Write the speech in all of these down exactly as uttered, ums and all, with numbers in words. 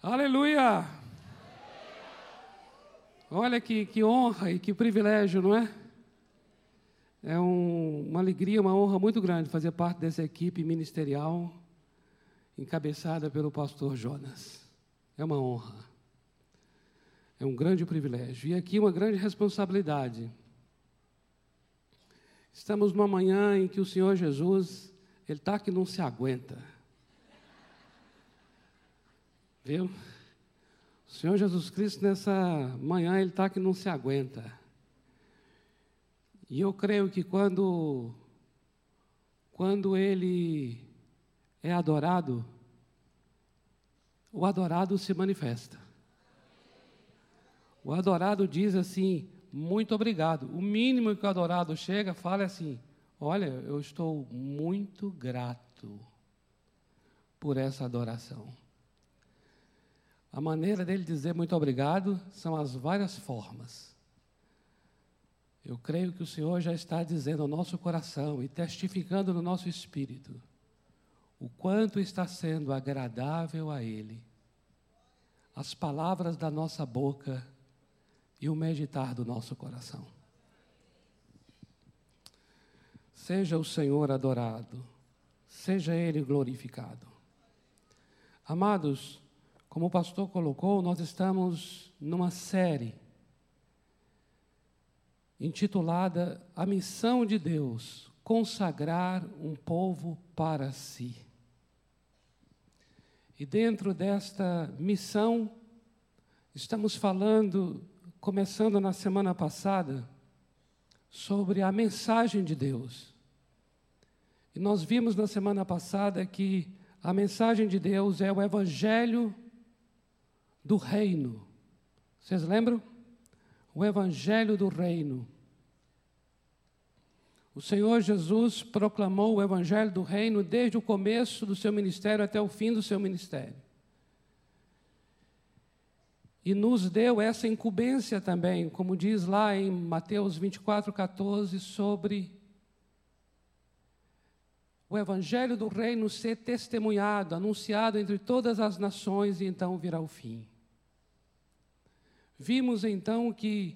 Aleluia! Olha que, que honra e que privilégio, não é? É um, uma alegria, uma honra muito grande fazer parte dessa equipe ministerial encabeçada pelo pastor Jonas. É uma honra. É um grande privilégio. E aqui uma grande responsabilidade. Estamos numa manhã em que o Senhor Jesus, Ele está que não se aguenta. Viu? O Senhor Jesus Cristo, nessa manhã, Ele está que não se aguenta. E eu creio que quando, quando Ele é adorado, o adorado se manifesta. O adorado diz assim, muito obrigado. O mínimo que o adorado chega, fala assim, olha, eu estou muito grato por essa adoração. A maneira dele dizer muito obrigado são as várias formas. Eu creio que o Senhor já está dizendo ao nosso coração e testificando no nosso espírito o quanto está sendo agradável a Ele as palavras da nossa boca e o meditar do nosso coração. Seja o Senhor adorado, seja Ele glorificado. Amados, como o pastor colocou, nós estamos numa série intitulada A Missão de Deus, consagrar um povo para si. E dentro desta missão, estamos falando, começando na semana passada, sobre a mensagem de Deus. E nós vimos na semana passada que a mensagem de Deus é o Evangelho do Reino. Vocês lembram? O Evangelho do Reino. O Senhor Jesus proclamou o Evangelho do Reino desde o começo do seu ministério até o fim do seu ministério. E nos deu essa incumbência também, como diz lá em Mateus vinte e quatro, quatorze, sobre o Evangelho do Reino ser testemunhado, anunciado entre todas as nações e então virá o fim. Vimos então que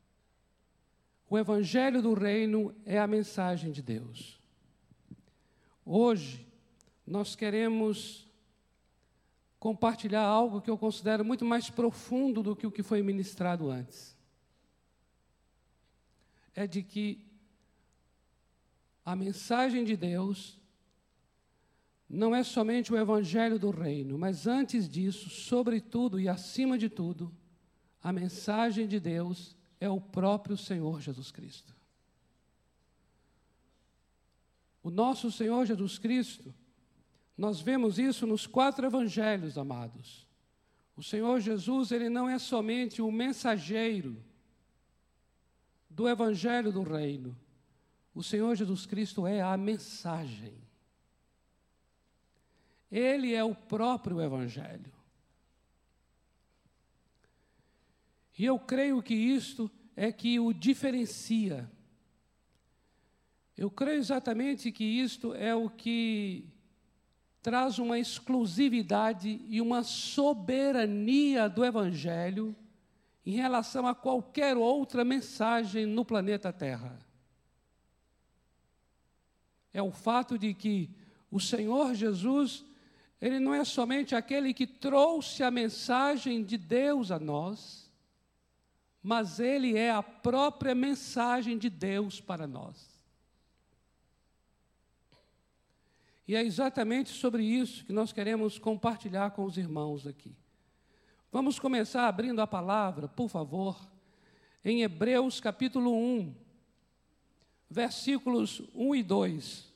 o Evangelho do Reino é a mensagem de Deus. Hoje, nós queremos compartilhar algo que eu considero muito mais profundo do que o que foi ministrado antes. É de que a mensagem de Deus não é somente o Evangelho do Reino, mas antes disso, sobretudo e acima de tudo, a mensagem de Deus é o próprio Senhor Jesus Cristo. O nosso Senhor Jesus Cristo, nós vemos isso nos quatro evangelhos, amados. O Senhor Jesus, Ele não é somente o mensageiro do Evangelho do Reino. O Senhor Jesus Cristo é a mensagem. Ele é o próprio Evangelho. E eu creio que isto é que o diferencia. Eu creio exatamente que isto é o que traz uma exclusividade e uma soberania do Evangelho em relação a qualquer outra mensagem no planeta Terra. É o fato de que o Senhor Jesus, Ele não é somente aquele que trouxe a mensagem de Deus a nós, mas Ele é a própria mensagem de Deus para nós. E é exatamente sobre isso que nós queremos compartilhar com os irmãos aqui. Vamos começar abrindo a palavra, por favor, em Hebreus capítulo um, versículos um e dois.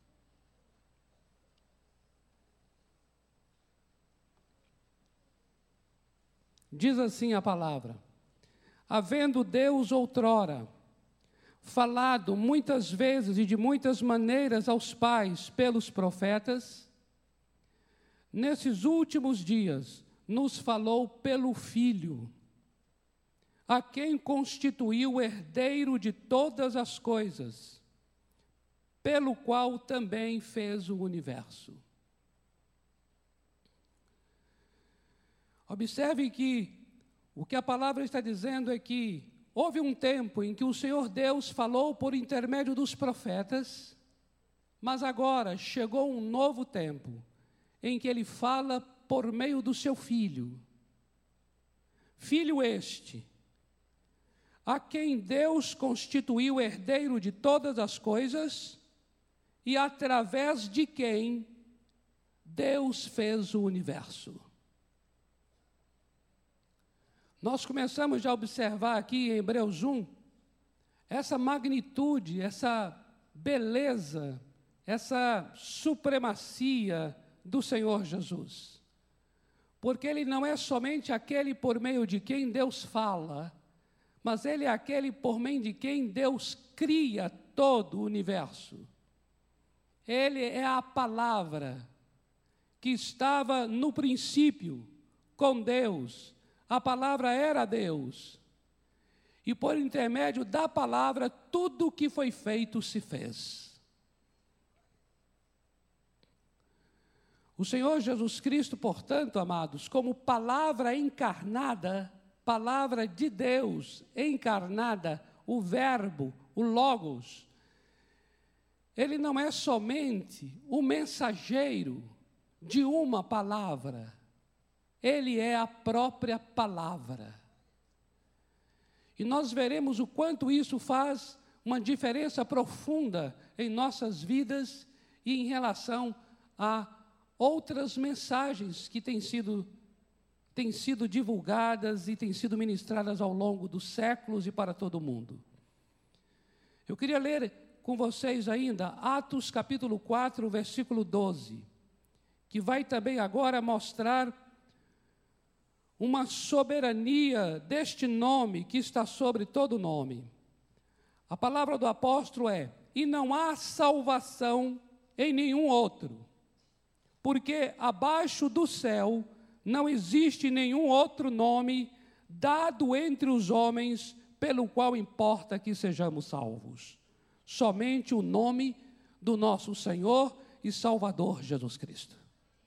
Diz assim a palavra: havendo Deus outrora falado muitas vezes e de muitas maneiras aos pais pelos profetas, nesses últimos dias nos falou pelo Filho, a quem constituiu herdeiro de todas as coisas, pelo qual também fez o universo. Observe que o que a palavra está dizendo é que houve um tempo em que o Senhor Deus falou por intermédio dos profetas, mas agora chegou um novo tempo em que Ele fala por meio do seu Filho. Filho este, a quem Deus constituiu herdeiro de todas as coisas e através de quem Deus fez o universo. Nós começamos a observar aqui em Hebreus um, essa magnitude, essa beleza, essa supremacia do Senhor Jesus. Porque Ele não é somente aquele por meio de quem Deus fala, mas Ele é aquele por meio de quem Deus cria todo o universo. Ele é a palavra que estava no princípio com Deus. A palavra era Deus. E por intermédio da palavra, tudo o que foi feito se fez. O Senhor Jesus Cristo, portanto, amados, como palavra encarnada, palavra de Deus encarnada, o verbo, o logos, Ele não é somente o mensageiro de uma palavra, Ele é a própria palavra. E nós veremos o quanto isso faz uma diferença profunda em nossas vidas e em relação a outras mensagens que têm sido, têm sido divulgadas e têm sido ministradas ao longo dos séculos e para todo mundo. Eu queria ler com vocês ainda Atos capítulo quatro, versículo doze, que vai também agora mostrar uma soberania deste nome que está sobre todo nome. A palavra do apóstolo é: e não há salvação em nenhum outro, porque abaixo do céu não existe nenhum outro nome dado entre os homens pelo qual importa que sejamos salvos. Somente o nome do nosso Senhor e Salvador Jesus Cristo.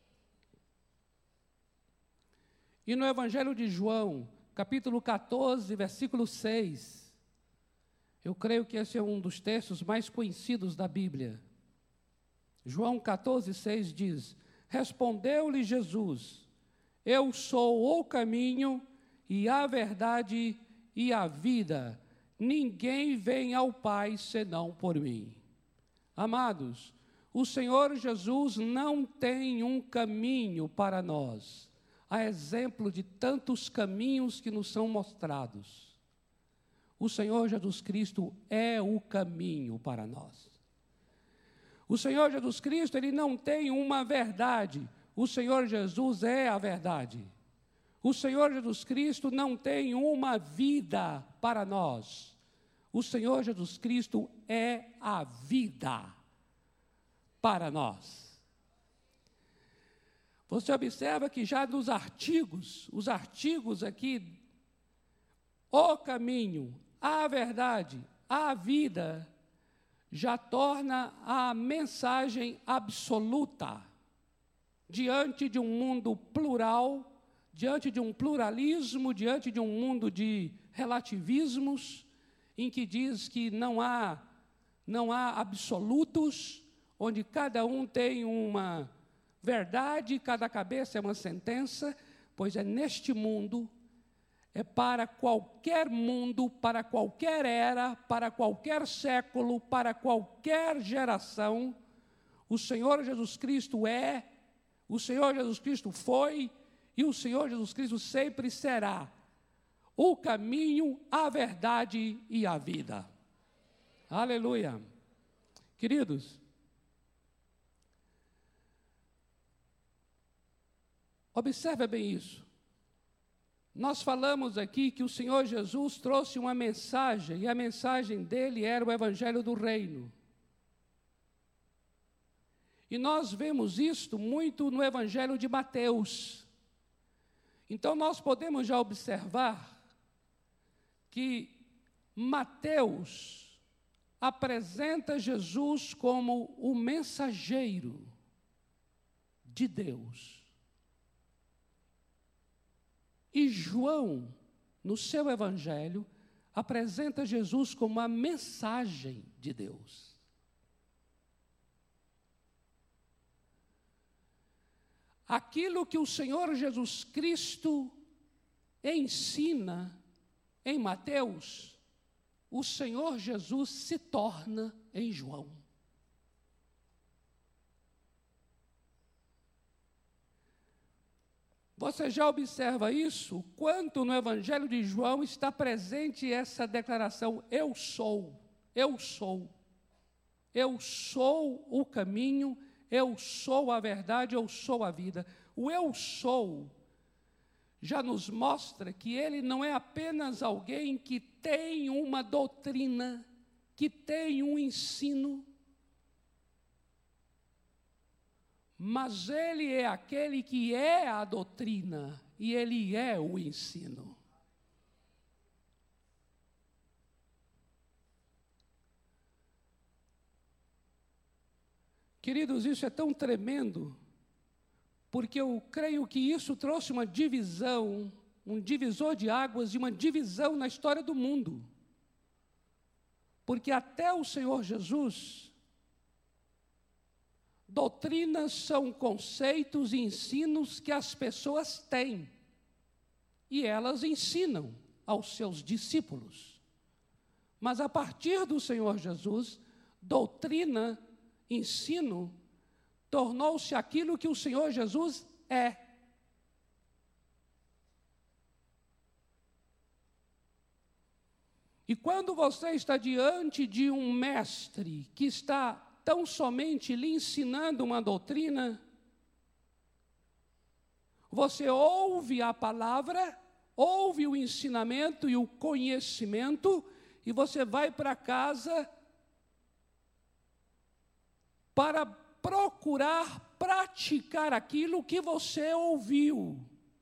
E no Evangelho de João, capítulo quatorze, versículo seis, eu creio que esse é um dos textos mais conhecidos da Bíblia. João quatorze, seis diz: respondeu-lhe Jesus: eu sou o caminho e a verdade e a vida. Ninguém vem ao Pai senão por mim. Amados, o Senhor Jesus não tem um caminho para nós, a exemplo de tantos caminhos que nos são mostrados. O Senhor Jesus Cristo é o caminho para nós. O Senhor Jesus Cristo, Ele não tem uma verdade. O Senhor Jesus é a verdade. O Senhor Jesus Cristo não tem uma vida para nós. O Senhor Jesus Cristo é a vida para nós. Você observa que já nos artigos, os artigos aqui, o caminho, a verdade, a vida, já torna a mensagem absoluta diante de um mundo plural, diante de um pluralismo, diante de um mundo de relativismos, em que diz que não há, não há absolutos, onde cada um tem uma verdade, cada cabeça é uma sentença, pois é neste mundo, é para qualquer mundo, para qualquer era, para qualquer século, para qualquer geração, o Senhor Jesus Cristo é, o Senhor Jesus Cristo foi, e o Senhor Jesus Cristo sempre será o caminho, a verdade e a vida. Aleluia. Queridos, observe bem isso. Nós falamos aqui que o Senhor Jesus trouxe uma mensagem, e a mensagem dele era o Evangelho do Reino. E nós vemos isto muito no Evangelho de Mateus. Então nós podemos já observar que Mateus apresenta Jesus como o mensageiro de Deus. E João, no seu evangelho, apresenta Jesus como uma mensagem de Deus. Aquilo que o Senhor Jesus Cristo ensina em Mateus, o Senhor Jesus se torna em João. Você já observa isso? Quanto no Evangelho de João está presente essa declaração: eu sou, eu sou, eu sou o caminho, eu sou a verdade, eu sou a vida. O eu sou já nos mostra que ele não é apenas alguém que tem uma doutrina, que tem um ensino, mas ele é aquele que é a doutrina e ele é o ensino. Queridos, isso é tão tremendo, porque eu creio que isso trouxe uma divisão, um divisor de águas e uma divisão na história do mundo. Porque até o Senhor Jesus, doutrinas são conceitos e ensinos que as pessoas têm, e elas ensinam aos seus discípulos. Mas a partir do Senhor Jesus, doutrina, ensino, tornou-se aquilo que o Senhor Jesus é. E quando você está diante de um mestre que está tão somente lhe ensinando uma doutrina, você ouve a palavra, ouve o ensinamento e o conhecimento, e você vai para casa para procurar praticar aquilo que você ouviu.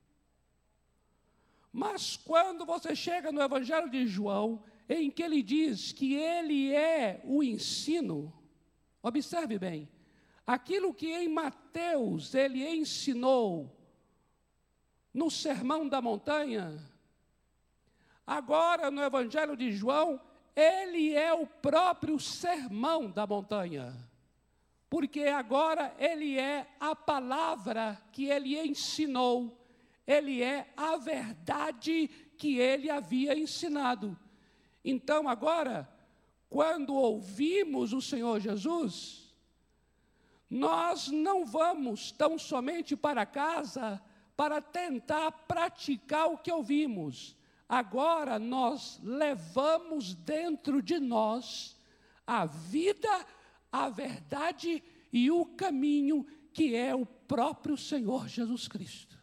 Mas quando você chega no Evangelho de João, em que ele diz que ele é o ensino, observe bem, aquilo que em Mateus ele ensinou no Sermão da Montanha, agora no Evangelho de João, ele é o próprio Sermão da Montanha. Porque agora ele é a palavra que ele ensinou, ele é a verdade que ele havia ensinado. Então agora, quando ouvimos o Senhor Jesus, nós não vamos tão somente para casa para tentar praticar o que ouvimos. Agora nós levamos dentro de nós a vida, a verdade e o caminho que é o próprio Senhor Jesus Cristo.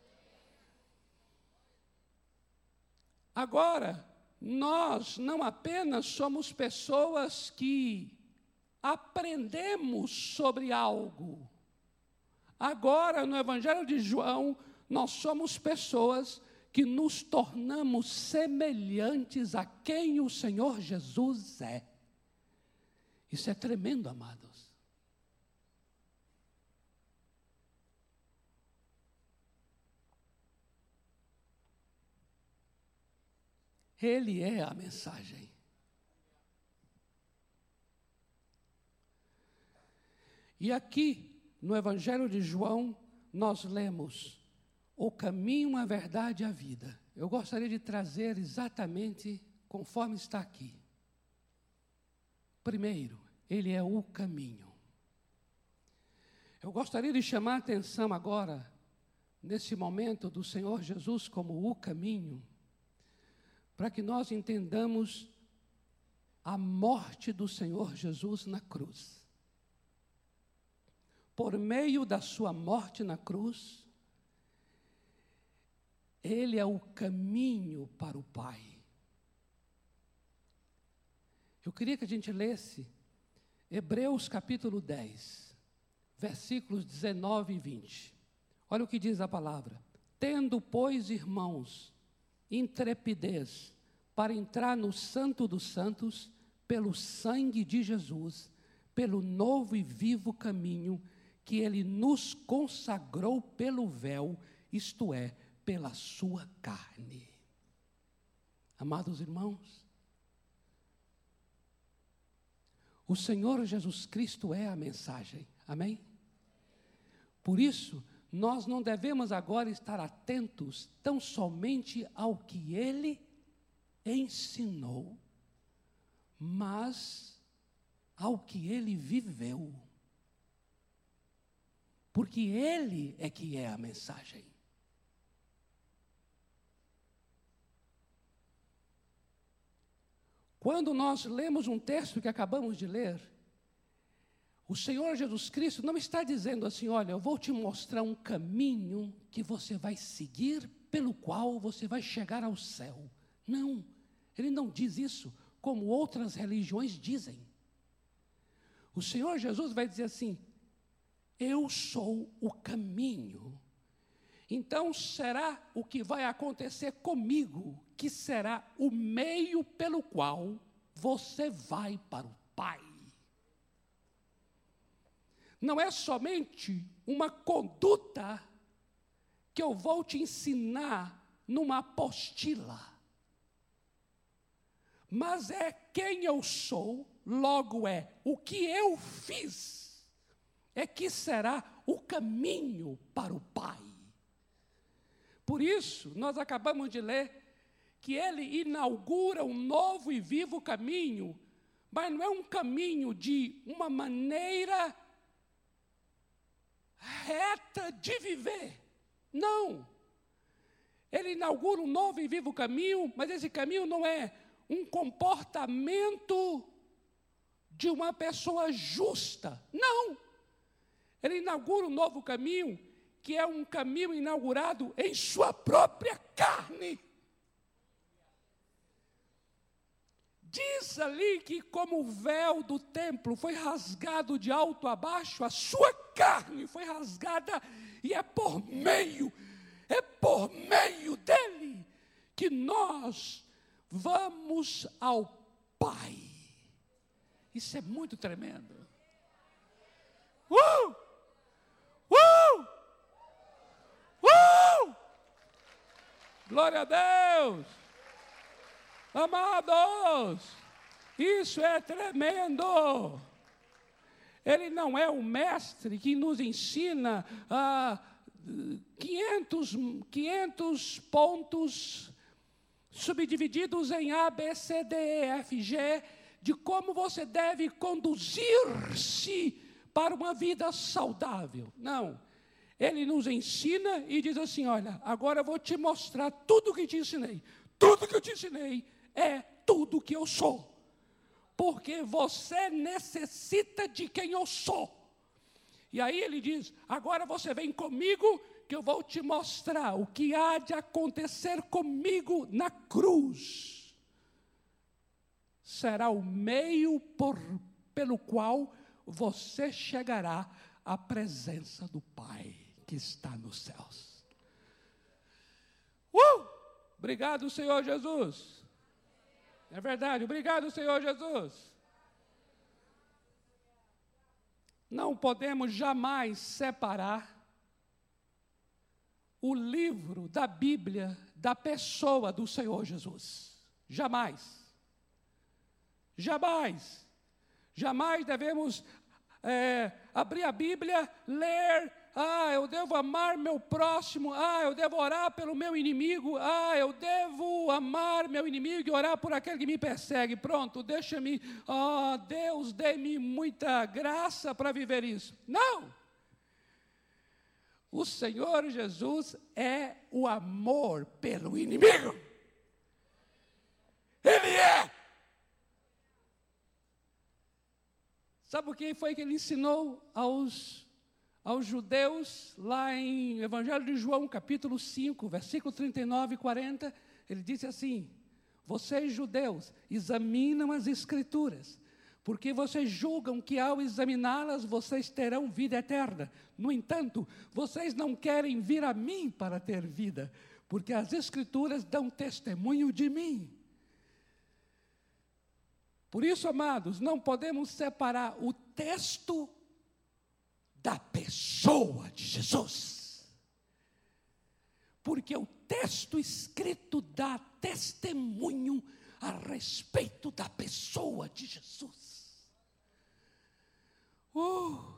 Agora, nós não apenas somos pessoas que aprendemos sobre algo. Agora, no Evangelho de João, nós somos pessoas que nos tornamos semelhantes a quem o Senhor Jesus é. Isso é tremendo, amados. Ele é a mensagem. E aqui, no Evangelho de João, nós lemos o caminho, a verdade e a vida. Eu gostaria de trazer exatamente conforme está aqui. Primeiro, ele é o caminho. Eu gostaria de chamar a atenção agora, nesse momento, do Senhor Jesus como o caminho, para que nós entendamos a morte do Senhor Jesus na cruz. Por meio da sua morte na cruz, ele é o caminho para o Pai. Eu queria que a gente lesse Hebreus capítulo dez, versículos dezenove e vinte. Olha o que diz a palavra. Tendo, pois, irmãos, intrepidez para entrar no Santo dos Santos, pelo sangue de Jesus, pelo novo e vivo caminho que ele nos consagrou pelo véu, isto é, pela sua carne. Amados irmãos, o Senhor Jesus Cristo é a mensagem, amém? Por isso, nós não devemos agora estar atentos tão somente ao que Ele ensinou, mas ao que Ele viveu. Porque Ele é que é a mensagem. Quando nós lemos um texto que acabamos de ler, o Senhor Jesus Cristo não está dizendo assim, olha, eu vou te mostrar um caminho que você vai seguir, pelo qual você vai chegar ao céu. Não, Ele não diz isso, como outras religiões dizem. O Senhor Jesus vai dizer assim, eu sou o caminho. Então será o que vai acontecer comigo, que será o meio pelo qual você vai para o Pai. Não é somente uma conduta que eu vou te ensinar numa apostila, mas é quem eu sou, logo é o que eu fiz, é que será o caminho para o Pai. Por isso, nós acabamos de ler que Ele inaugura um novo e vivo caminho, mas não é um caminho de uma maneira reta de viver, não. Ele inaugura um novo e vivo caminho, mas esse caminho não é um comportamento de uma pessoa justa, não. Ele inaugura um novo caminho, que é um caminho inaugurado em sua própria carne. Diz ali que como o véu do templo foi rasgado de alto a baixo, a sua carne foi rasgada, e é por meio, é por meio dele, que nós vamos ao Pai. Isso é muito tremendo. Uh! Uh! Uh! Glória a Deus! Amados, isso é tremendo. Ele não é o mestre que nos ensina ah, quinhentos, quinhentos pontos subdivididos em A, B, C, D, E, F, G, de como você deve conduzir-se para uma vida saudável. Não. Ele nos ensina e diz assim, olha, agora eu vou te mostrar tudo o que te ensinei. Tudo que eu te ensinei é tudo que eu sou. Porque você necessita de quem eu sou. E aí ele diz, agora você vem comigo que eu vou te mostrar o que há de acontecer comigo na cruz. Será o meio por, pelo qual você chegará à presença do Pai que está nos céus. Uh! Obrigado, Senhor Jesus. É verdade, obrigado, Senhor Jesus. Não podemos jamais separar o livro da Bíblia da pessoa do Senhor Jesus. Jamais. Jamais. Jamais devemos é, abrir a Bíblia, ler, ah, eu devo amar meu próximo, ah, eu devo orar pelo meu inimigo, ah, eu devo amar meu inimigo e orar por aquele que me persegue. Pronto, deixa-me, ah, Deus, dê-me muita graça para viver isso. Não! O Senhor Jesus é o amor pelo inimigo. Ele é! Sabe o que foi que ele ensinou aos, aos judeus, lá em Evangelho de João, capítulo cinco, versículo trinta e nove e quarenta, ele disse assim, vocês judeus, examinam as Escrituras, porque vocês julgam que ao examiná-las, vocês terão vida eterna. No entanto, vocês não querem vir a mim para ter vida, porque as Escrituras dão testemunho de mim. Por isso, amados, não podemos separar o texto da pessoa de Jesus. porque o texto escrito dá testemunho a respeito da pessoa de Jesus. Uh!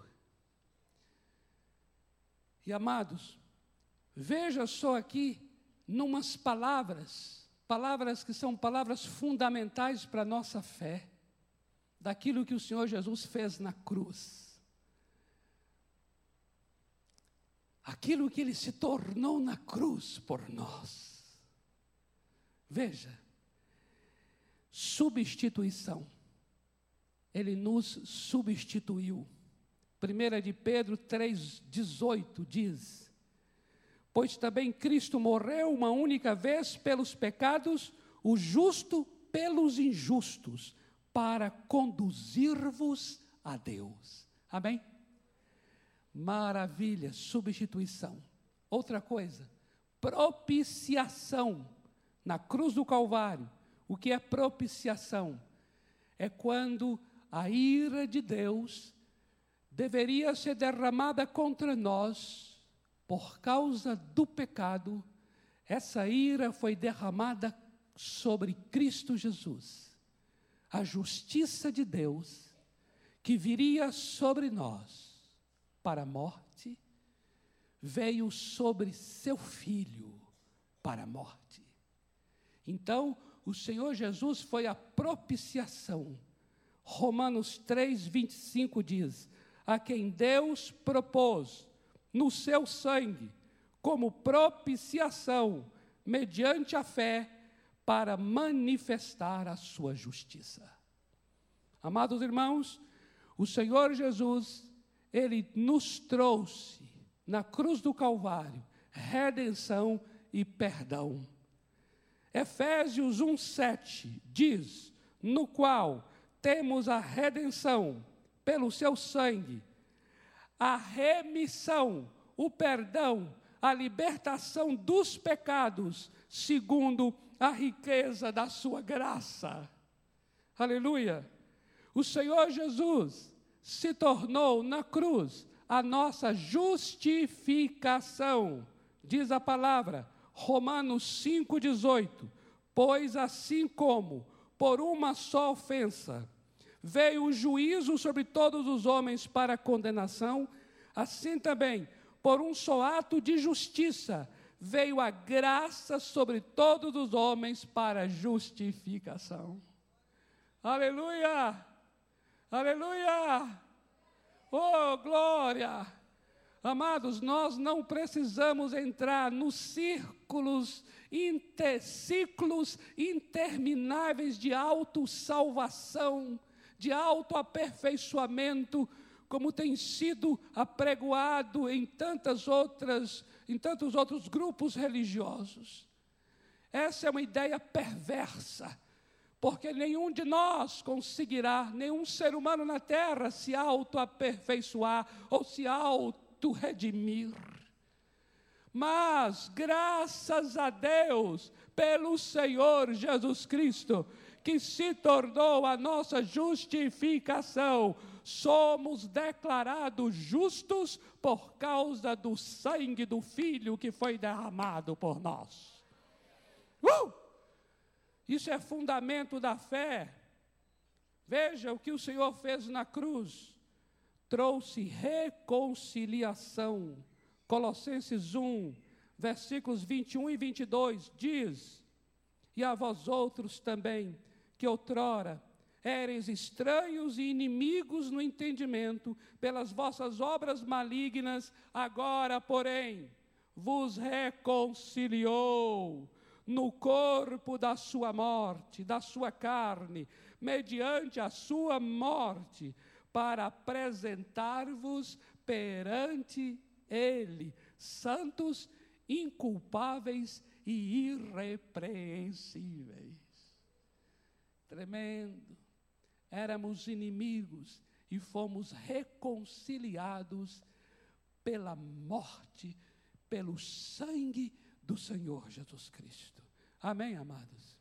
E amados, veja só aqui, numas palavras, palavras que são palavras fundamentais para a nossa fé, daquilo que o Senhor Jesus fez na cruz. Aquilo que Ele se tornou na cruz por nós. Veja, substituição. Ele nos substituiu. primeira de Pedro três, dezoito diz: pois também Cristo morreu uma única vez pelos pecados, o justo pelos injustos, para conduzir-vos a Deus. Amém? Maravilha, substituição. Outra coisa, propiciação. Na cruz do Calvário, o que é propiciação? É quando a ira de Deus deveria ser derramada contra nós, por causa do pecado, essa ira foi derramada sobre Cristo Jesus. A justiça de Deus, que viria sobre nós para a morte, veio sobre seu Filho para a morte. Então, o Senhor Jesus foi a propiciação. Romanos três, vinte e cinco diz: a quem Deus propôs no seu sangue, como propiciação, mediante a fé, para manifestar a sua justiça. Amados irmãos, o Senhor Jesus, Ele nos trouxe, na cruz do Calvário, redenção e perdão. Efésios um, sete diz: no qual temos a redenção, pelo seu sangue, a remissão, o perdão, a libertação dos pecados, segundo a riqueza da sua graça. Aleluia! O Senhor Jesus se tornou na cruz a nossa justificação, diz a palavra, Romanos cinco, dezoito, pois assim como por uma só ofensa veio o juízo sobre todos os homens para condenação, assim também, por um só ato de justiça, veio a graça sobre todos os homens para justificação. Aleluia! Aleluia! Oh, glória! Amados, nós não precisamos entrar nos círculos, inter, ciclos intermináveis de autossalvação, de autoaperfeiçoamento, como tem sido apregoado em tantas outras, em tantos outros grupos religiosos. Essa é uma ideia perversa, porque nenhum de nós conseguirá, nenhum ser humano na terra, se autoaperfeiçoar ou se auto-redimir. Mas, graças a Deus, pelo Senhor Jesus Cristo, que se tornou a nossa justificação, somos declarados justos por causa do sangue do Filho que foi derramado por nós. Uh! Isso é fundamento da fé. Veja o que o Senhor fez na cruz. Trouxe reconciliação. Colossenses um, versículos vinte e um e vinte e dois, diz: e a vós outros também, que outrora éreis estranhos e inimigos no entendimento, pelas vossas obras malignas, agora, porém, vos reconciliou no corpo da sua morte, da sua carne, mediante a sua morte, para apresentar-vos perante Ele, santos, inculpáveis e irrepreensíveis. Tremendo. Éramos inimigos e fomos reconciliados pela morte, pelo sangue do Senhor Jesus Cristo. Amém, amados?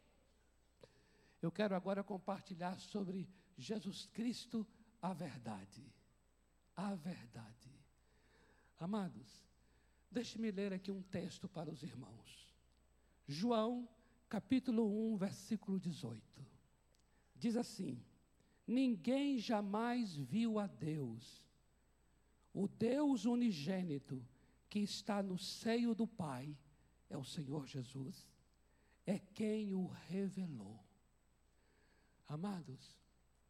Eu quero agora compartilhar sobre Jesus Cristo a verdade. A verdade. Amados, Deixe-me ler aqui um texto para os irmãos. João, capítulo um, versículo dezoito. Diz assim: ninguém jamais viu a Deus, o Deus unigênito que está no seio do Pai, é o Senhor Jesus, é quem o revelou. Amados,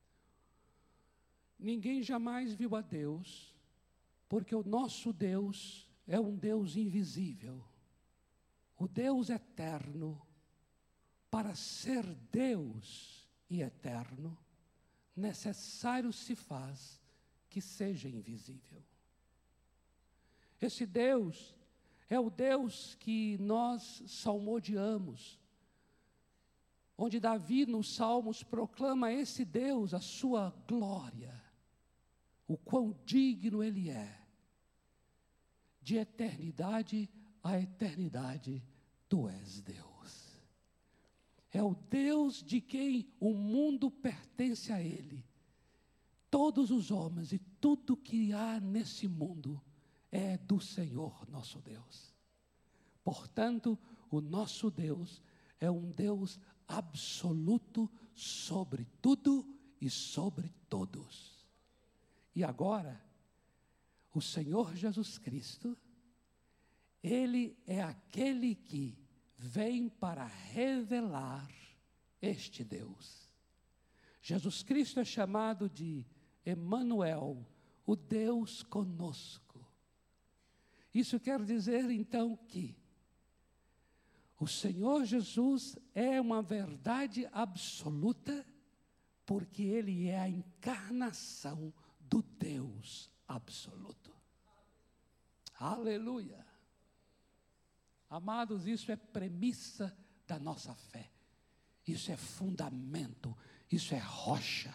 ninguém jamais viu a Deus, porque o nosso Deus é um Deus invisível. O Deus eterno, para ser Deus e eterno, necessário se faz que seja invisível. Esse Deus é o Deus que nós salmodiamos, onde Davi nos Salmos proclama esse Deus, a sua glória, o quão digno Ele é. De eternidade a eternidade, Tu és Deus. É o Deus de quem o mundo pertence a Ele. Todos os homens e tudo que há nesse mundo é do Senhor nosso Deus. Portanto, o nosso Deus é um Deus absoluto sobre tudo e sobre todos. E agora, o Senhor Jesus Cristo, Ele é aquele que vem para revelar este Deus. Jesus Cristo é chamado de Emanuel, o Deus conosco. Isso quer dizer então que o Senhor Jesus é uma verdade absoluta, porque Ele é a encarnação do Deus absoluto. Aleluia! Amados, isso é premissa da nossa fé. Isso é fundamento, isso é rocha.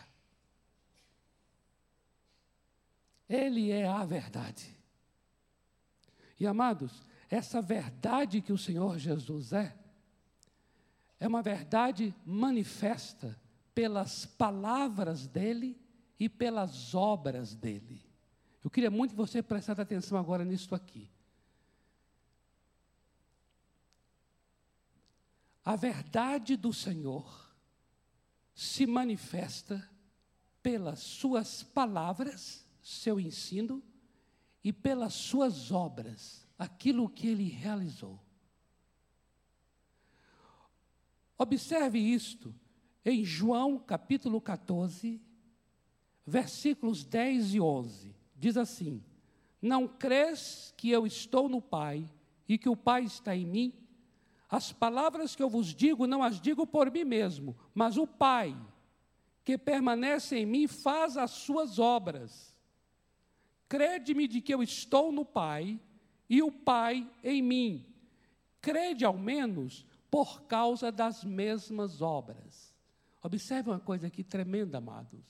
Ele é a verdade. E amados, essa verdade que o Senhor Jesus é, é uma verdade manifesta pelas palavras dEle e pelas obras dEle. Eu queria muito que você prestasse atenção agora nisso aqui. A verdade do Senhor se manifesta pelas suas palavras, seu ensino, e pelas suas obras, aquilo que Ele realizou. Observe isto em João capítulo catorze, versículos dez e onze. Diz assim: não crês que eu estou no Pai e que o Pai está em mim? As palavras que eu vos digo, não as digo por mim mesmo, mas o Pai, que permanece em mim, faz as suas obras. Crede-me de que eu estou no Pai e o Pai em mim. Crede ao menos por causa das mesmas obras. Observe uma coisa aqui tremenda, amados.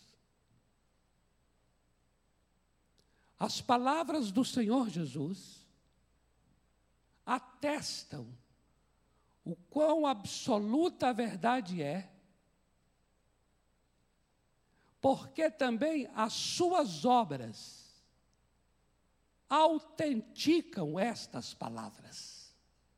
As palavras do Senhor Jesus atestam o quão absoluta a verdade é, porque também as suas obras autenticam estas palavras.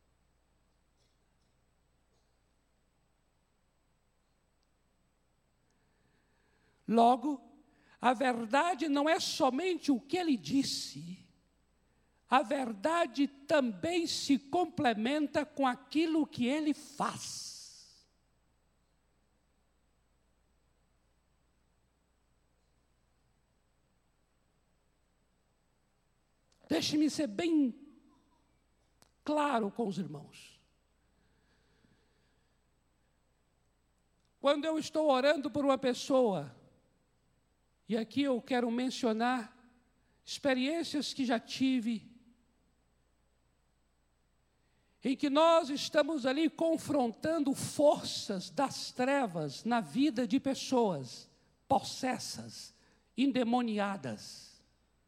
Logo, a verdade não é somente o que ele disse, a verdade também se complementa com aquilo que ele faz. Deixe-me ser bem claro com os irmãos. Quando eu estou orando por uma pessoa, e aqui eu quero mencionar experiências que já tive, em que nós estamos ali confrontando forças das trevas na vida de pessoas possessas, endemoniadas.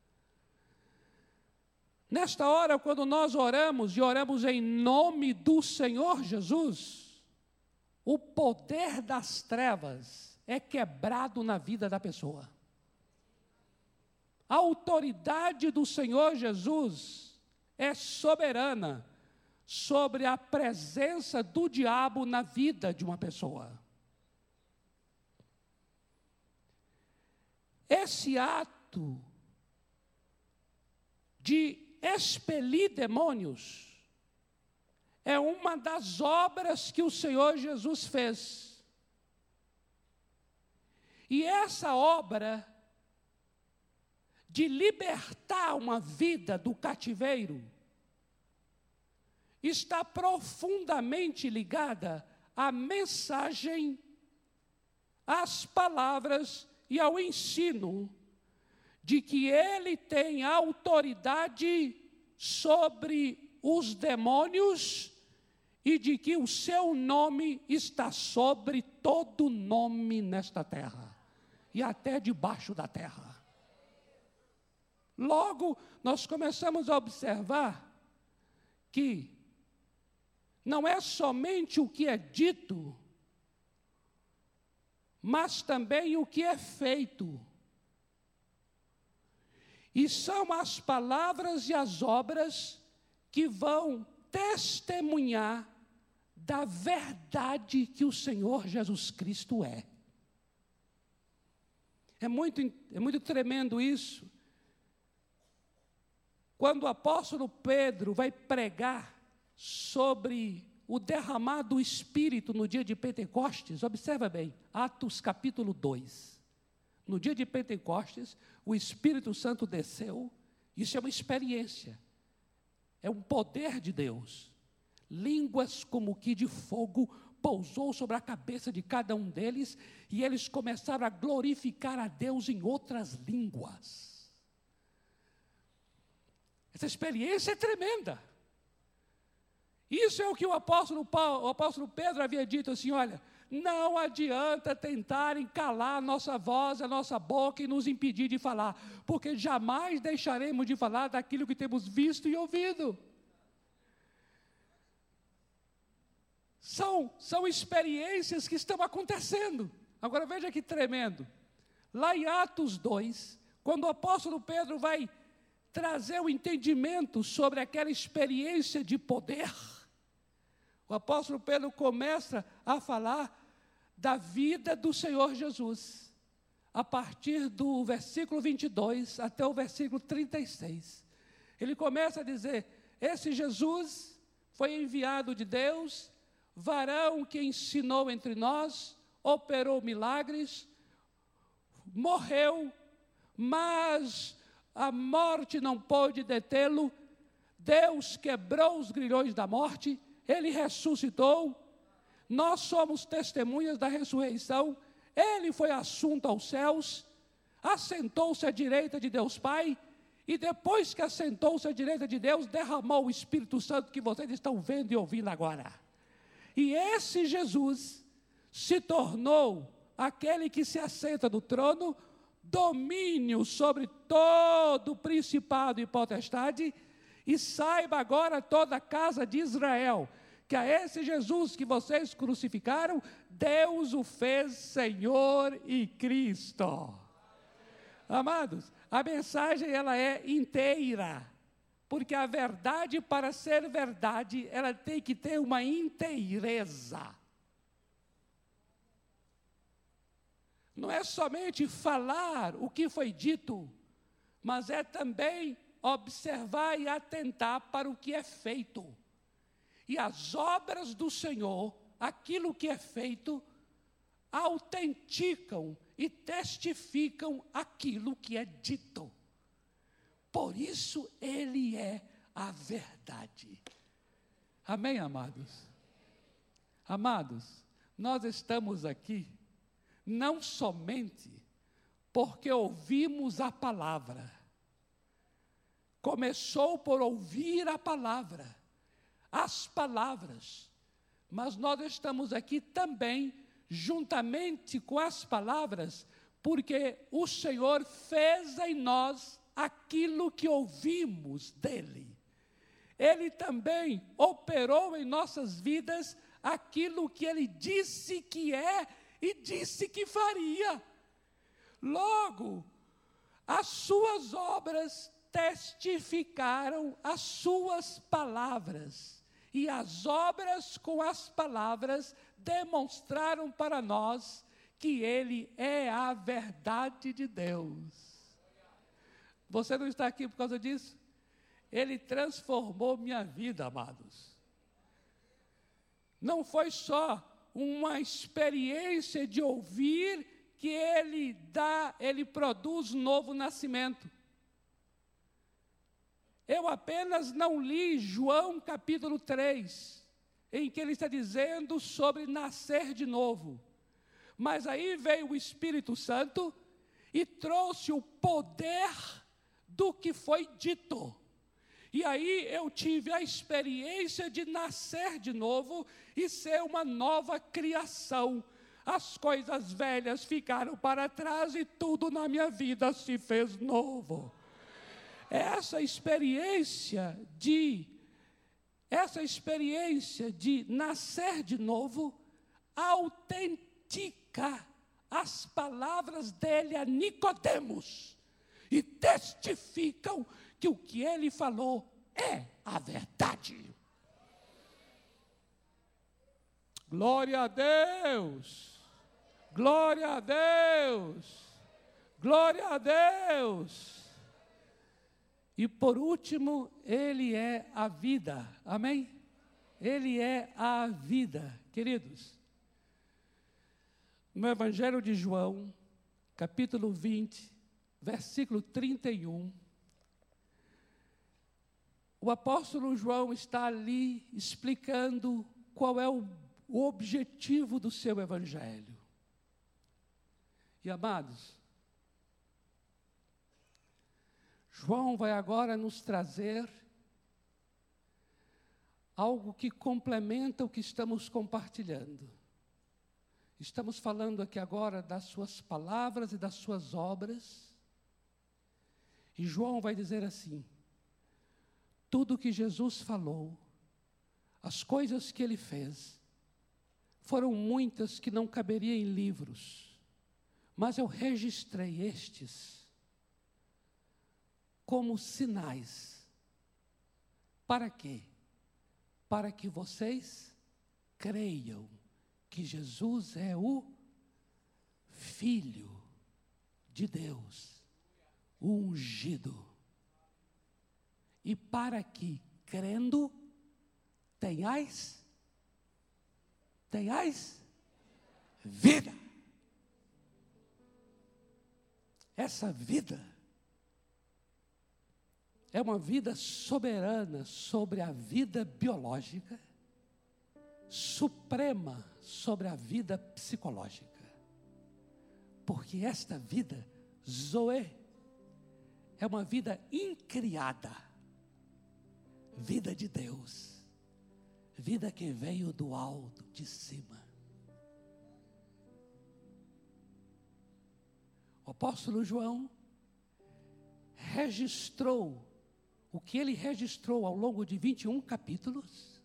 Nesta hora, quando nós oramos, e oramos em nome do Senhor Jesus, o poder das trevas é quebrado na vida da pessoa. A autoridade do Senhor Jesus é soberana sobre a presença do diabo na vida de uma pessoa. Esse ato de expelir demônios é uma das obras que o Senhor Jesus fez. E essa obra de libertar uma vida do cativeiro está profundamente ligada à mensagem, às palavras e ao ensino de que ele tem autoridade sobre os demônios e de que o seu nome está sobre todo nome nesta terra e até debaixo da terra. Logo, nós começamos a observar que não é somente o que é dito, mas também o que é feito. E são as palavras e as obras que vão testemunhar da verdade que o Senhor Jesus Cristo é. É muito, é muito tremendo isso. Quando o apóstolo Pedro vai pregar sobre o derramar do Espírito no dia de Pentecostes, observa bem, Atos capítulo dois. No dia de Pentecostes, o Espírito Santo desceu, isso é uma experiência, é um poder de Deus. Línguas como que de fogo pousou sobre a cabeça de cada um deles, e eles começaram a glorificar a Deus em outras línguas. Essa experiência é tremenda. Isso é o que o apóstolo, Paulo, o apóstolo Pedro havia dito assim, olha, não adianta tentarem calar a nossa voz, a nossa boca e nos impedir de falar, porque jamais deixaremos de falar daquilo que temos visto e ouvido. São, são experiências que estão acontecendo. Agora veja que tremendo. Lá em Atos dois, quando o apóstolo Pedro vai trazer o entendimento sobre aquela experiência de poder, o apóstolo Pedro começa a falar da vida do Senhor Jesus, a partir do versículo vinte e dois até o versículo trinta e seis. Ele começa a dizer, esse Jesus foi enviado de Deus, varão que ensinou entre nós, operou milagres, morreu, mas a morte não pôde detê-lo, Deus quebrou os grilhões da morte, ele ressuscitou, nós somos testemunhas da ressurreição, ele foi assunto aos céus, assentou-se à direita de Deus Pai, e depois que assentou-se à direita de Deus, derramou o Espírito Santo que vocês estão vendo e ouvindo agora. E esse Jesus se tornou aquele que se assenta no trono, domínio sobre todo o principado e potestade, e saiba agora toda a casa de Israel, que a esse Jesus que vocês crucificaram, Deus o fez Senhor e Cristo. Amados, a mensagem ela é inteira, porque a verdade, para ser verdade, ela tem que ter uma inteireza. Não é somente falar o que foi dito, mas é também observar e atentar para o que é feito. E as obras do Senhor, aquilo que é feito, autenticam e testificam aquilo que é dito. Por isso ele é a verdade. Amém, amados? Amados, nós estamos aqui não somente porque ouvimos a palavra. Começou por ouvir a palavra, as palavras, mas nós estamos aqui também, juntamente com as palavras, porque o Senhor fez em nós aquilo que ouvimos dele. Ele também operou em nossas vidas aquilo que ele disse que é e disse que faria. Logo, as suas obras testificaram as suas palavras, e as obras com as palavras demonstraram para nós que Ele é a verdade de Deus. Você não está aqui por causa disso? Ele transformou minha vida, amados. Não foi só uma experiência de ouvir que Ele dá, Ele produz novo nascimento. Eu apenas não li João capítulo três, em que ele está dizendo sobre nascer de novo. Mas aí veio o Espírito Santo e trouxe o poder do que foi dito. E aí eu tive a experiência de nascer de novo e ser uma nova criação. As coisas velhas ficaram para trás e tudo na minha vida se fez novo. Essa experiência de, essa experiência de nascer de novo autentica as palavras dele a Nicodemos e testificam que o que ele falou é a verdade. Glória a Deus! Glória a Deus! Glória a Deus! E por último, Ele é a vida, amém? Ele é a vida, queridos. No Evangelho de João, capítulo vinte, versículo trinta e um, o apóstolo João está ali explicando qual é o, o objetivo do seu Evangelho. E amados, João vai agora nos trazer algo que complementa o que estamos compartilhando. Estamos falando aqui agora das suas palavras e das suas obras. E João vai dizer assim: tudo que Jesus falou, as coisas que ele fez, foram muitas que não caberiam em livros, mas eu registrei estes como sinais. Para quê? Para que vocês creiam que Jesus é o Filho de Deus, o ungido. E para que, crendo, tenhais, tenhais vida. Essa vida é uma vida soberana sobre a vida biológica, suprema sobre a vida psicológica. Porque esta vida, Zoe, é uma vida incriada, vida de Deus, vida que veio do alto, de cima. O apóstolo João registrou o que ele registrou ao longo de vinte e um capítulos,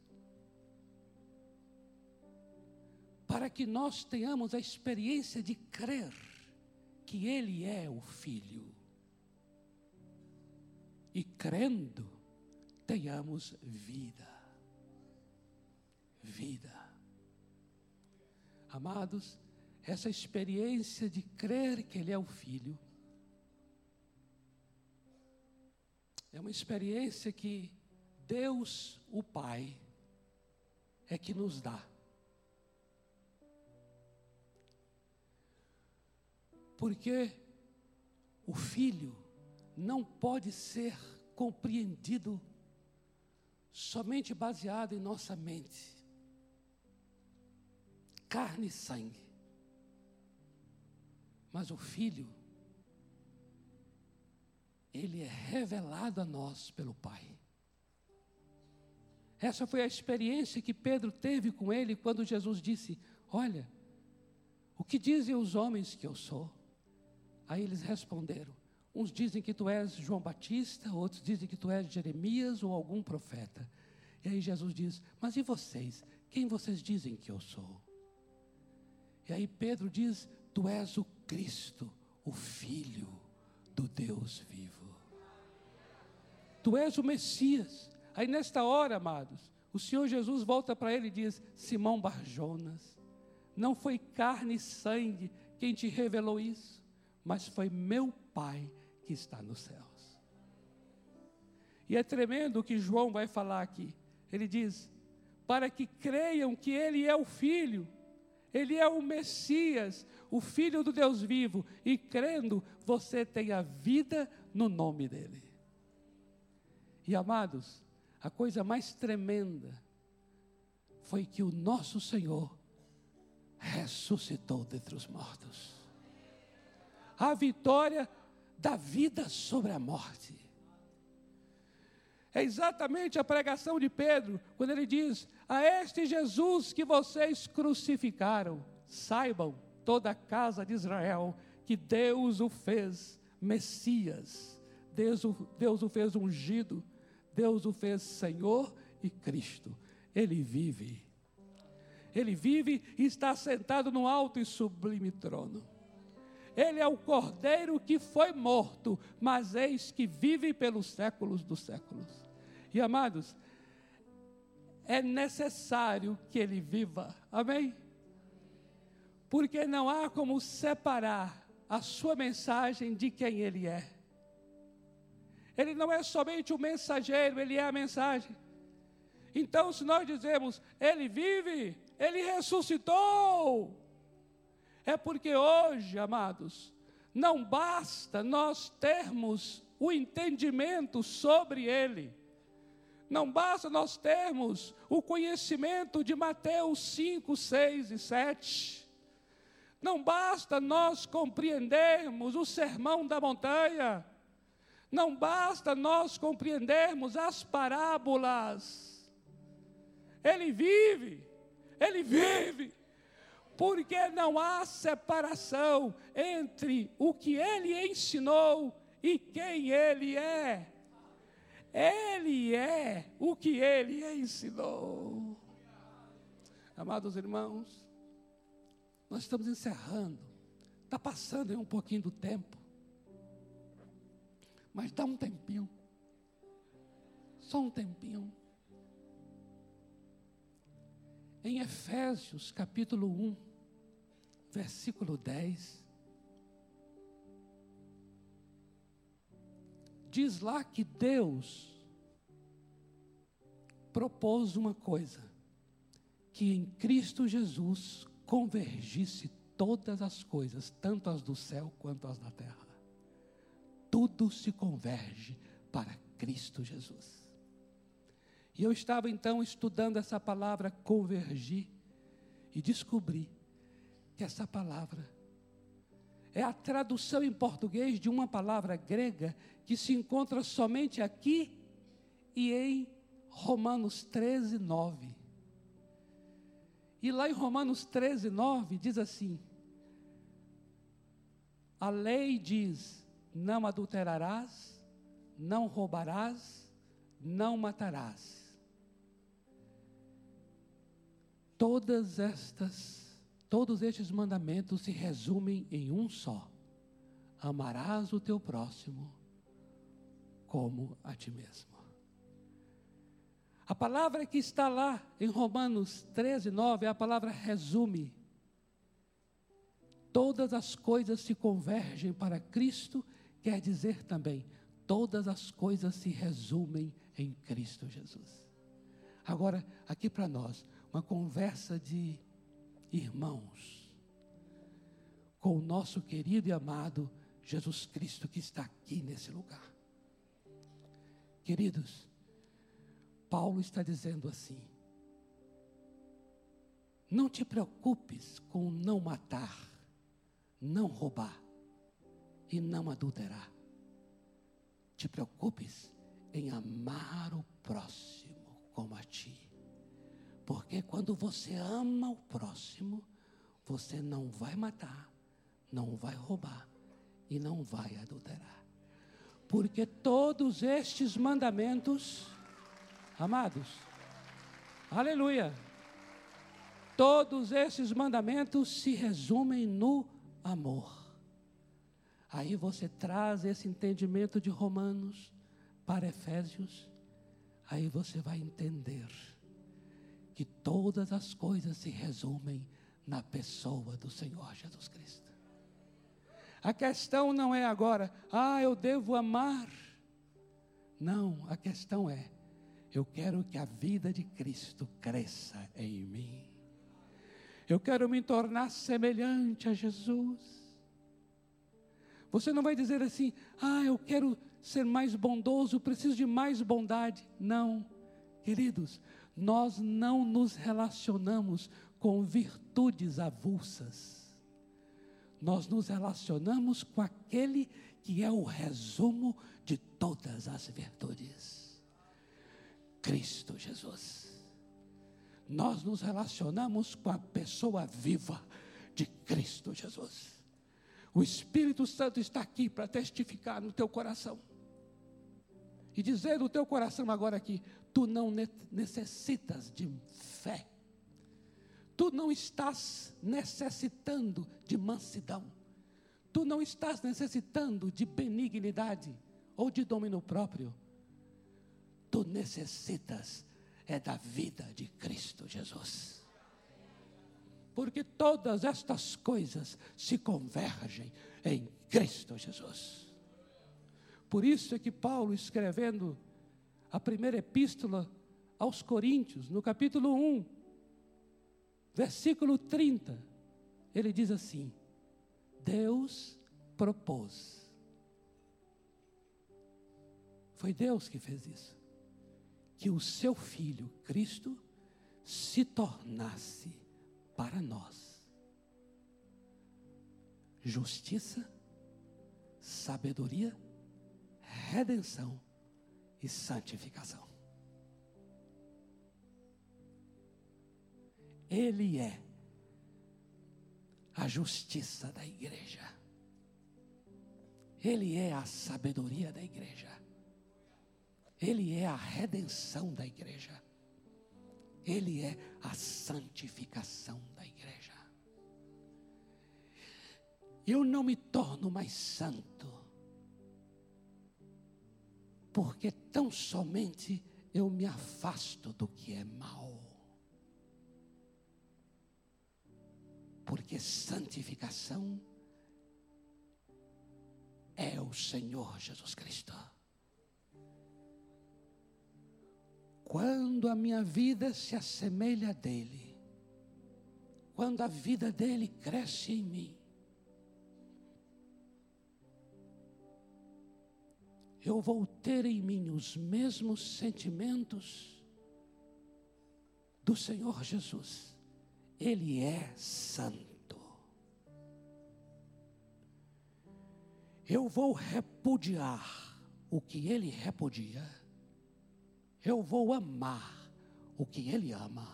para que nós tenhamos a experiência de crer que Ele é o Filho. E crendo, tenhamos vida. Vida. Amados, essa experiência de crer que Ele é o Filho, é uma experiência que Deus, o Pai, é que nos dá. Porque o Filho não pode ser compreendido somente baseado em nossa mente, carne e sangue. Mas o Filho, Ele é revelado a nós pelo Pai. Essa foi a experiência que Pedro teve com Ele quando Jesus disse: olha, o que dizem os homens que eu sou? Aí eles responderam: uns dizem que tu és João Batista, outros dizem que tu és Jeremias ou algum profeta. E aí Jesus diz: mas e vocês? Quem vocês dizem que eu sou? E aí Pedro diz: tu és o Cristo, o Filho do Deus vivo. Tu és o Messias. Aí nesta hora, amados, o Senhor Jesus volta para ele e diz: Simão Barjonas, não foi carne e sangue quem te revelou isso, mas foi meu Pai que está nos céus. E é tremendo o que João vai falar aqui. Ele diz: para que creiam que Ele é o Filho, Ele é o Messias, o Filho do Deus vivo, e crendo, você tem a vida no nome dEle. E amados, a coisa mais tremenda foi que o nosso Senhor ressuscitou dentre os mortos. A vitória da vida sobre a morte. É exatamente a pregação de Pedro, quando ele diz: a este Jesus que vocês crucificaram, saibam, toda a casa de Israel, que Deus o fez Messias, Deus o, Deus o fez ungido, Deus o fez Senhor e Cristo. Ele vive. Ele vive e está sentado no alto e sublime trono. Ele é o Cordeiro que foi morto, mas eis que vive pelos séculos dos séculos. E amados, é necessário que Ele viva, amém? Porque não há como separar a sua mensagem de quem Ele é. Ele não é somente o mensageiro, Ele é a mensagem. Então, se nós dizemos, Ele vive, Ele ressuscitou, é porque hoje, amados, não basta nós termos o entendimento sobre Ele. Não basta nós termos o conhecimento de Mateus cinco, seis e sete. Não basta nós compreendermos o sermão da montanha. Não basta nós compreendermos as parábolas. Ele vive, Ele vive. Porque não há separação entre o que Ele ensinou e quem Ele é. Ele é o que Ele ensinou. Amados irmãos, nós estamos encerrando. Está passando aí um pouquinho do tempo. Mas dá um tempinho. Só um tempinho. Em Efésios capítulo um, versículo dez, diz lá que Deus propôs uma coisa, que em Cristo Jesus convergisse todas as coisas, tanto as do céu quanto as da terra. Tudo se converge para Cristo Jesus. E eu estava então estudando essa palavra convergir e descobri que essa palavra é a tradução em português de uma palavra grega que se encontra somente aqui e em Romanos treze, nove. E lá em Romanos treze, nove diz assim: a lei diz, não adulterarás, não roubarás, não matarás. Todas estas, todos estes mandamentos se resumem em um só: amarás o teu próximo como a ti mesmo. A palavra que está lá em Romanos treze, nove é a palavra resume. Todas as coisas se convergem para Cristo, quer dizer também, todas as coisas se resumem em Cristo Jesus. Agora, aqui para nós, uma conversa de irmãos, com o nosso querido e amado Jesus Cristo que está aqui nesse lugar. Queridos, Paulo está dizendo assim: não te preocupes com não matar, não roubar e não adulterar. Te preocupes em amar o próximo como a ti. Porque quando você ama o próximo, você não vai matar, não vai roubar e não vai adulterar. Porque todos estes mandamentos, amados, aleluia, todos esses mandamentos se resumem no amor. Aí você traz esse entendimento de Romanos, para Efésios, aí você vai entender que todas as coisas se resumem na pessoa do Senhor Jesus Cristo. A questão não é agora, ah, eu devo amar. Não, a questão é, eu quero que a vida de Cristo cresça em mim. Eu quero me tornar semelhante a Jesus. Você não vai dizer assim, ah, eu quero ser mais bondoso, eu preciso de mais bondade. Não, queridos, nós não nos relacionamos com virtudes avulsas. Nós nos relacionamos com aquele que é o resumo de todas as virtudes. Cristo Jesus. Nós nos relacionamos com a pessoa viva de Cristo Jesus. O Espírito Santo está aqui para testificar no teu coração. E dizer no teu coração agora aqui, tu não necessitas de fé. Tu não estás necessitando de mansidão. Tu não estás necessitando de benignidade ou de domínio próprio. Tu necessitas é da vida de Cristo Jesus. Porque todas estas coisas se convergem em Cristo Jesus. Por isso é que Paulo, escrevendo a primeira epístola aos Coríntios, no capítulo um, versículo trinta, ele diz assim: Deus propôs. Foi Deus que fez isso. Que o seu Filho, Cristo, se tornasse para nós justiça, sabedoria, redenção e santificação. Ele é a justiça da igreja. Ele é a sabedoria da igreja. Ele é a redenção da igreja. Ele é a santificação da igreja. Eu não me torno mais santo, porque tão somente eu me afasto do que é mal. Porque santificação é o Senhor Jesus Cristo. Quando a minha vida se assemelha a dele, quando a vida dele cresce em mim, eu vou ter em mim os mesmos sentimentos do Senhor Jesus. Ele é santo. Eu vou repudiar o que ele repudia. Eu vou amar o que ele ama.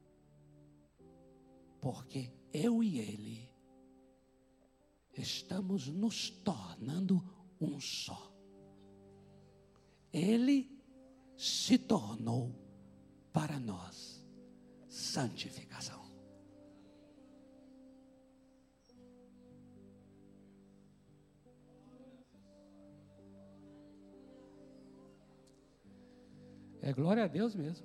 Porque eu e ele estamos nos tornando um só. Ele se tornou para nós santificação. É glória a Deus mesmo.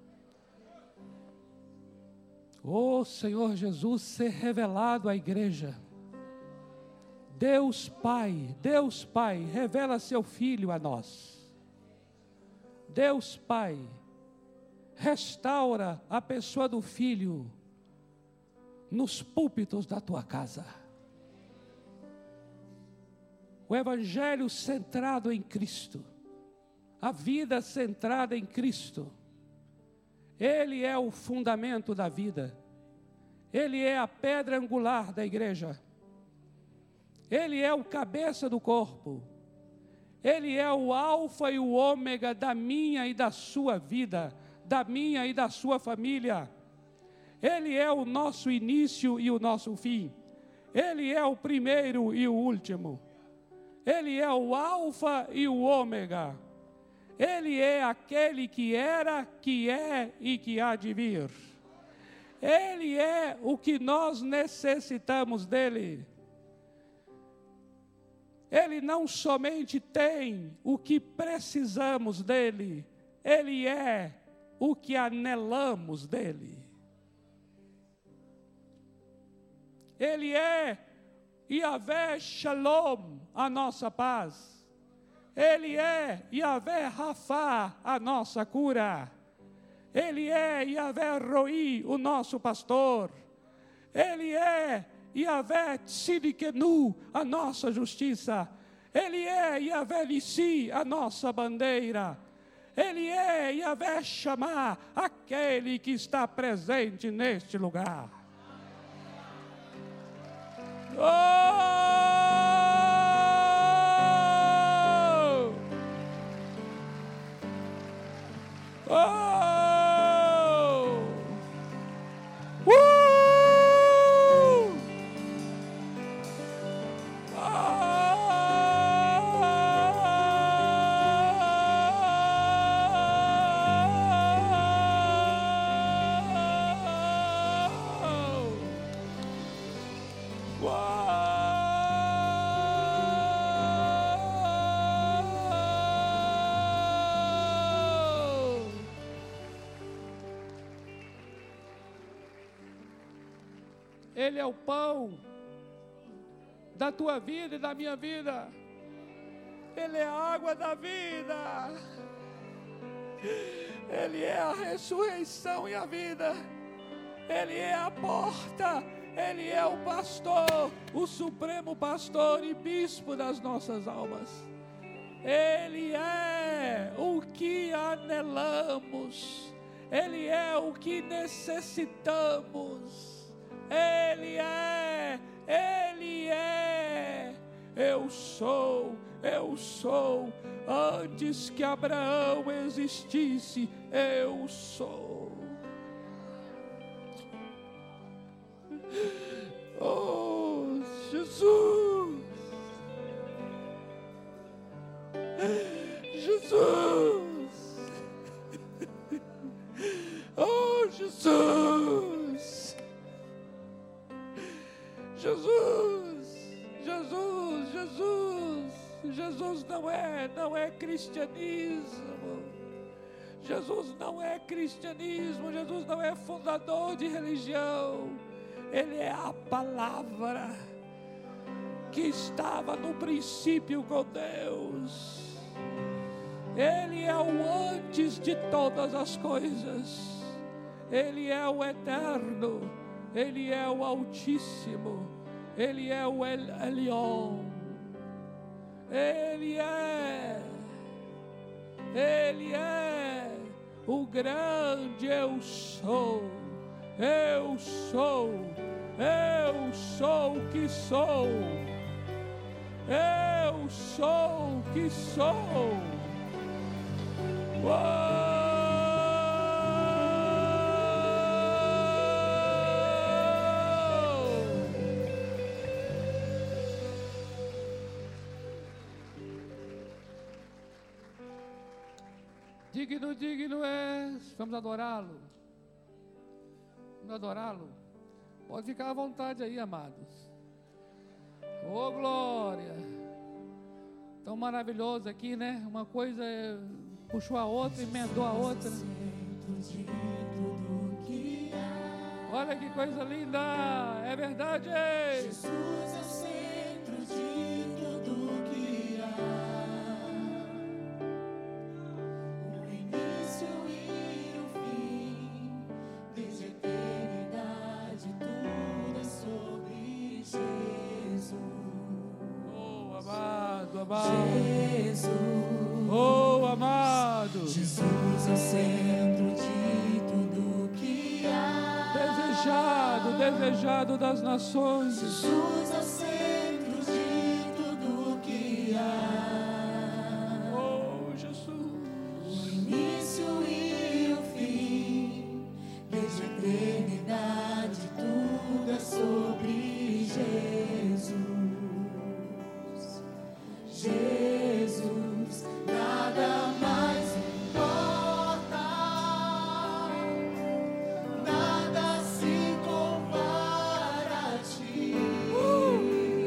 Ô Senhor Jesus, ser revelado à igreja. Deus Pai, Deus Pai, revela seu Filho a nós. Deus Pai, restaura a pessoa do Filho nos púlpitos da tua casa. O Evangelho centrado em Cristo. A vida centrada em Cristo. Ele é o fundamento da vida. Ele é a pedra angular da igreja. Ele é o cabeça do corpo. Ele é o alfa e o ômega da minha e da sua vida, da minha e da sua família. Ele é o nosso início e o nosso fim. Ele é o primeiro e o último. Ele é o alfa e o ômega. Ele é aquele que era, que é e que há de vir. Ele é o que nós necessitamos dele. Ele não somente tem o que precisamos dele, Ele é o que anelamos dele. Ele é Yahvé Shalom, a nossa paz. Ele é Yahvé Rafá, a nossa cura. Ele é Yahvé Roi, o nosso pastor. Ele é Yahvé Tzidkenu, a nossa justiça. Ele é Yahvé Nissi, a nossa bandeira. Ele é Yahvé Shammah, aquele que está presente neste lugar. Oh! Oh! Ele é o pão da tua vida e da minha vida. Ele é a água da vida. Ele é a ressurreição e a vida. Ele é a porta. Ele é o pastor, o supremo pastor e bispo das nossas almas. Ele é o que anelamos. Ele é o que necessitamos. Ele é, Ele é, eu sou, eu sou, antes que Abraão existisse, eu sou. Oh, Jesus, Jesus, oh, Jesus. Jesus, Jesus, Jesus, Jesus não é, não é cristianismo. Jesus não é cristianismo, Jesus não é fundador de religião. Ele é a palavra que estava no princípio com Deus. Ele é o antes de todas as coisas. Ele é o eterno. Ele é o Altíssimo. Ele é o El Elyon. Ele é. Ele é o grande eu sou. Eu sou. Eu sou o que sou. Eu sou o que sou. Uou! Digno, digno és. Vamos adorá-lo. Vamos adorá-lo. Pode ficar à vontade aí, amados. Oh, glória. Tão maravilhoso aqui, né? Uma coisa puxou a outra, emendou a outra. Olha que coisa linda. É verdade. Jesus é o centro de tudo que há. Jesus, oh amado, Jesus é o centro de tudo que há. Desejado, desejado das nações. Jesus é o centro de tudo que há. Oh Jesus, o início e o fim, desde a eternidade tudo é sobre Jesus. Jesus, nada mais importa, nada se compara a ti.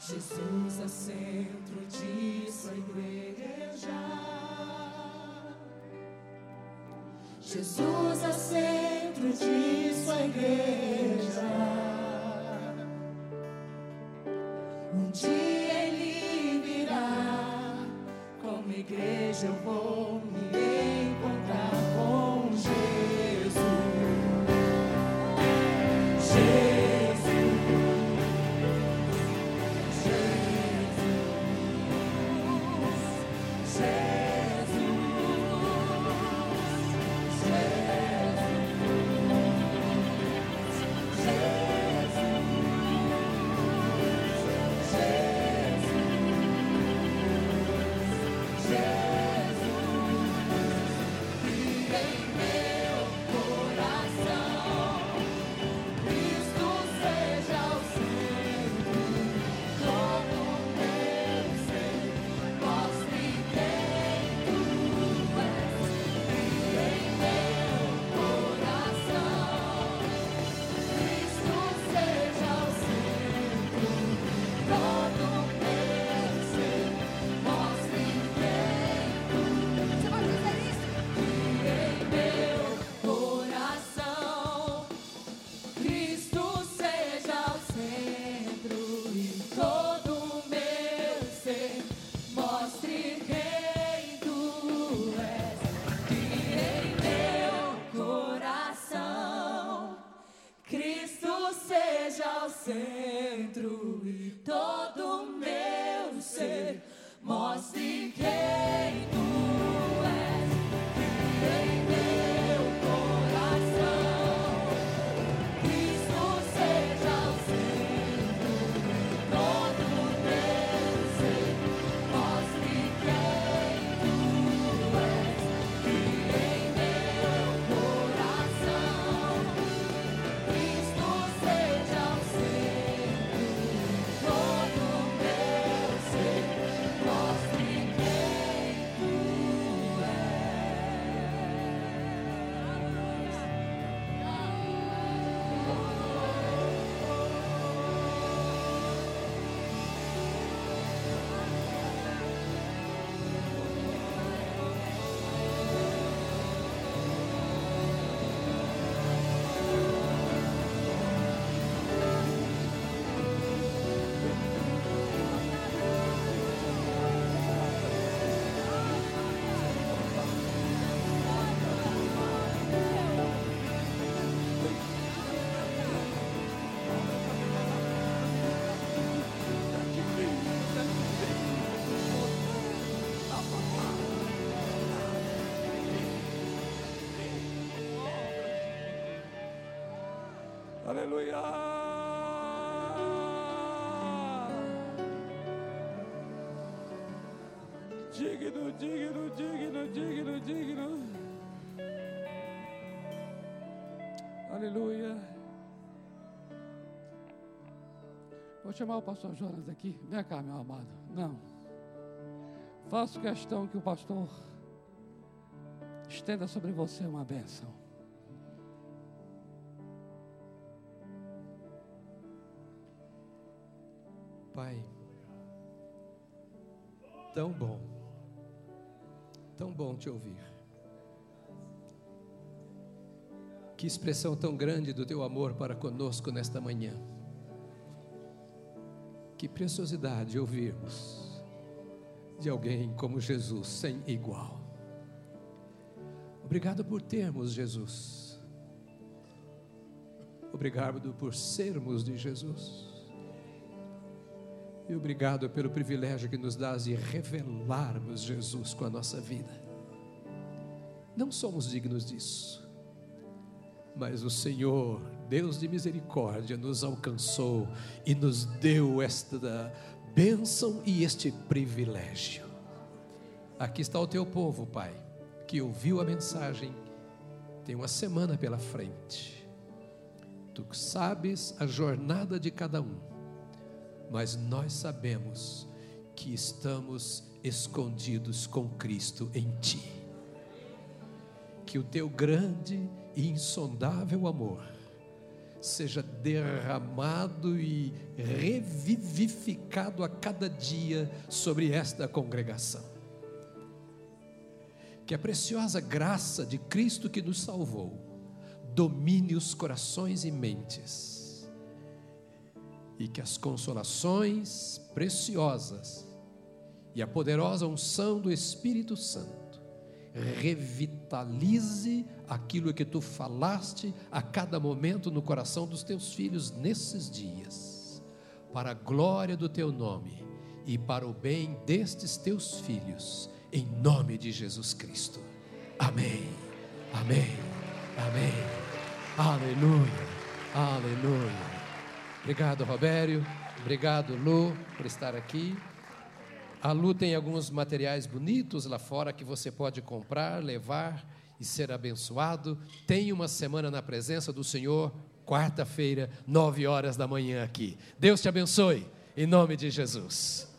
Jesus é o centro de sua igreja. Jesus é o centro de sua igreja. Um dia ele virá, como igreja eu vou me encontrar com Jesus. Jesus, Jesus, centro e todo meu ser mostre quem tu és. Que em meu coração Cristo seja o centro e todo meu ser mostre quem tu és. Que em meu coração Cristo seja o centro, todo meu ser mostre quem tu Aleluia! Digno, digno, digno, digno, digno. Aleluia. Vou chamar o pastor Jonas aqui. Vem cá, meu amado. Não. Faço questão que o pastor estenda sobre você uma bênção. Pai, tão bom, tão bom te ouvir. Que expressão tão grande do teu amor para conosco nesta manhã. Que preciosidade ouvirmos de alguém como Jesus, sem igual. Obrigado por termos Jesus. Obrigado por sermos de Jesus. E obrigado pelo privilégio que nos dás de revelarmos Jesus com a nossa vida. Não somos dignos disso, mas o Senhor, Deus de misericórdia, nos alcançou e nos deu esta bênção e este privilégio. Aqui está o teu povo, Pai, que ouviu a mensagem, tem uma semana pela frente. Tu sabes a jornada de cada um, mas nós sabemos que estamos escondidos com Cristo em Ti. Que o Teu grande e insondável amor seja derramado e revivificado a cada dia sobre esta congregação. Que a preciosa graça de Cristo que nos salvou domine os corações e mentes, e que as consolações preciosas e a poderosa unção do Espírito Santo revitalize aquilo que tu falaste a cada momento no coração dos teus filhos nesses dias, para a glória do teu nome e para o bem destes teus filhos, em nome de Jesus Cristo. Amém, amém, amém, aleluia, aleluia. Obrigado, Robério, obrigado, Lu, por estar aqui. A Lu tem alguns materiais bonitos lá fora que você pode comprar, levar e ser abençoado. Tem uma semana na presença do Senhor, quarta-feira, nove horas da manhã aqui. Deus te abençoe, em nome de Jesus.